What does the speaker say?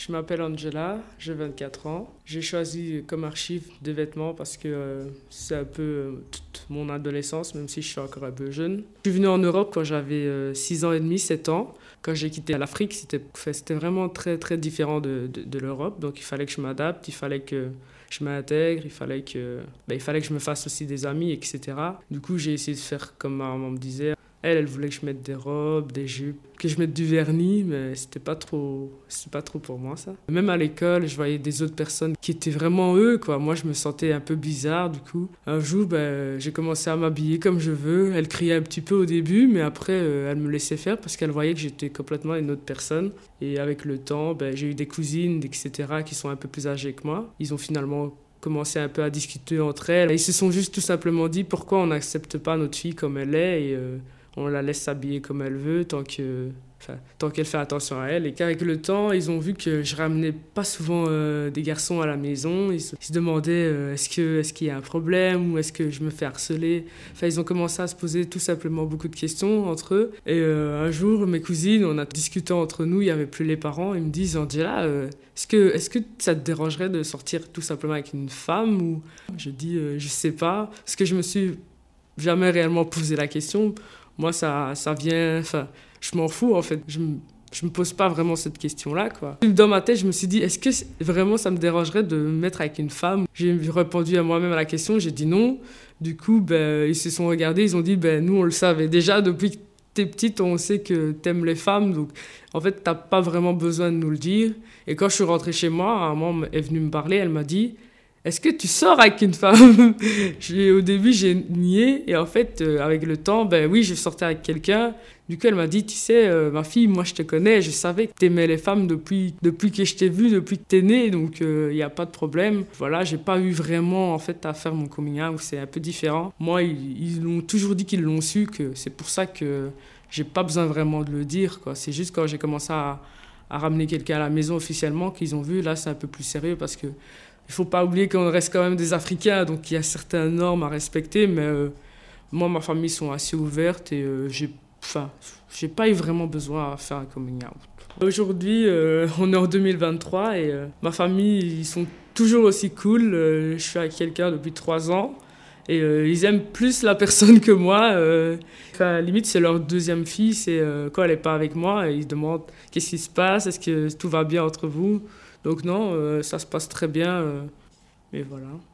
Je m'appelle Angela, j'ai 24 ans. J'ai choisi comme archive de vêtements parce que c'est un peu toute mon adolescence, même si je suis encore un peu jeune. Je suis venue en Europe quand j'avais 6 ans et demi, 7 ans. Quand j'ai quitté l'Afrique, c'était vraiment très, très différent de l'Europe. Donc il fallait que je m'adapte, il fallait que je m'intègre, il fallait que je me fasse aussi des amis, etc. Du coup, j'ai essayé de faire comme ma maman me disait. Elle voulait que je mette des robes, des jupes, que je mette du vernis, mais c'était pas trop pour moi, ça. Même à l'école, je voyais des autres personnes qui étaient vraiment eux, quoi. Moi, je me sentais un peu bizarre, du coup. Un jour, j'ai commencé à m'habiller comme je veux. Elle criait un petit peu au début, mais après, elle me laissait faire parce qu'elle voyait que j'étais complètement une autre personne. Et avec le temps, j'ai eu des cousines, etc., qui sont un peu plus âgées que moi. Ils ont finalement commencé un peu à discuter entre elles. Ils se sont juste tout simplement dit pourquoi on n'accepte pas notre fille comme elle est et on la laisse s'habiller comme elle veut tant qu'elle fait attention à elle. Et qu'avec le temps, ils ont vu que je ramenais pas souvent des garçons à la maison. Ils se demandaient est-ce qu'il y a un problème ou est-ce que je me fais harceler. Enfin, ils ont commencé à se poser tout simplement beaucoup de questions entre eux. Et un jour, mes cousines, on a discuté entre nous, il n'y avait plus les parents. Ils me disent, Angela, est-ce que ça te dérangerait de sortir tout simplement avec une femme ou... Je dis, je sais pas. Parce que je me suis jamais réellement posé la question. Moi, ça vient... Enfin, je m'en fous, en fait. Je me pose pas vraiment cette question-là, quoi. Dans ma tête, je me suis dit, est-ce que vraiment ça me dérangerait de me mettre avec une femme? J'ai répondu à moi-même à la question, j'ai dit non. Du coup, ils se sont regardés, ils ont dit, nous, on le savait déjà depuis que t'es petite, on sait que t'aimes les femmes, donc en fait, t'as pas vraiment besoin de nous le dire. Et quand je suis rentrée chez moi, maman est venue me parler, elle m'a dit... Est-ce que tu sors avec une femme? Au début, j'ai nié. Et en fait, avec le temps, oui, je sortais avec quelqu'un. Du coup, elle m'a dit, tu sais, ma fille, moi, je te connais. Je savais que tu aimais les femmes depuis que je t'ai vue, depuis que tu es née. Donc, il n'y a pas de problème. Voilà, j'ai pas eu vraiment, en fait, à faire mon coming out. C'est un peu différent. Moi, ils l'ont toujours dit qu'ils l'ont su, que c'est pour ça que j'ai pas besoin vraiment de le dire, quoi. C'est juste quand j'ai commencé à ramener quelqu'un à la maison officiellement qu'ils ont vu. Là, c'est un peu plus sérieux parce que il ne faut pas oublier qu'on reste quand même des Africains, donc il y a certaines normes à respecter, mais moi, ma famille sont assez ouvertes et j'ai pas eu vraiment besoin à faire un coming out. Aujourd'hui, on est en 2023 et ma famille, ils sont toujours aussi cool. Je suis avec quelqu'un depuis 3 ans et ils aiment plus la personne que moi. Limite, c'est leur deuxième fille, quand elle n'est pas avec moi, ils se demandent qu'est-ce qui se passe, est-ce que tout va bien entre vous? Donc non, ça se passe très bien, et voilà.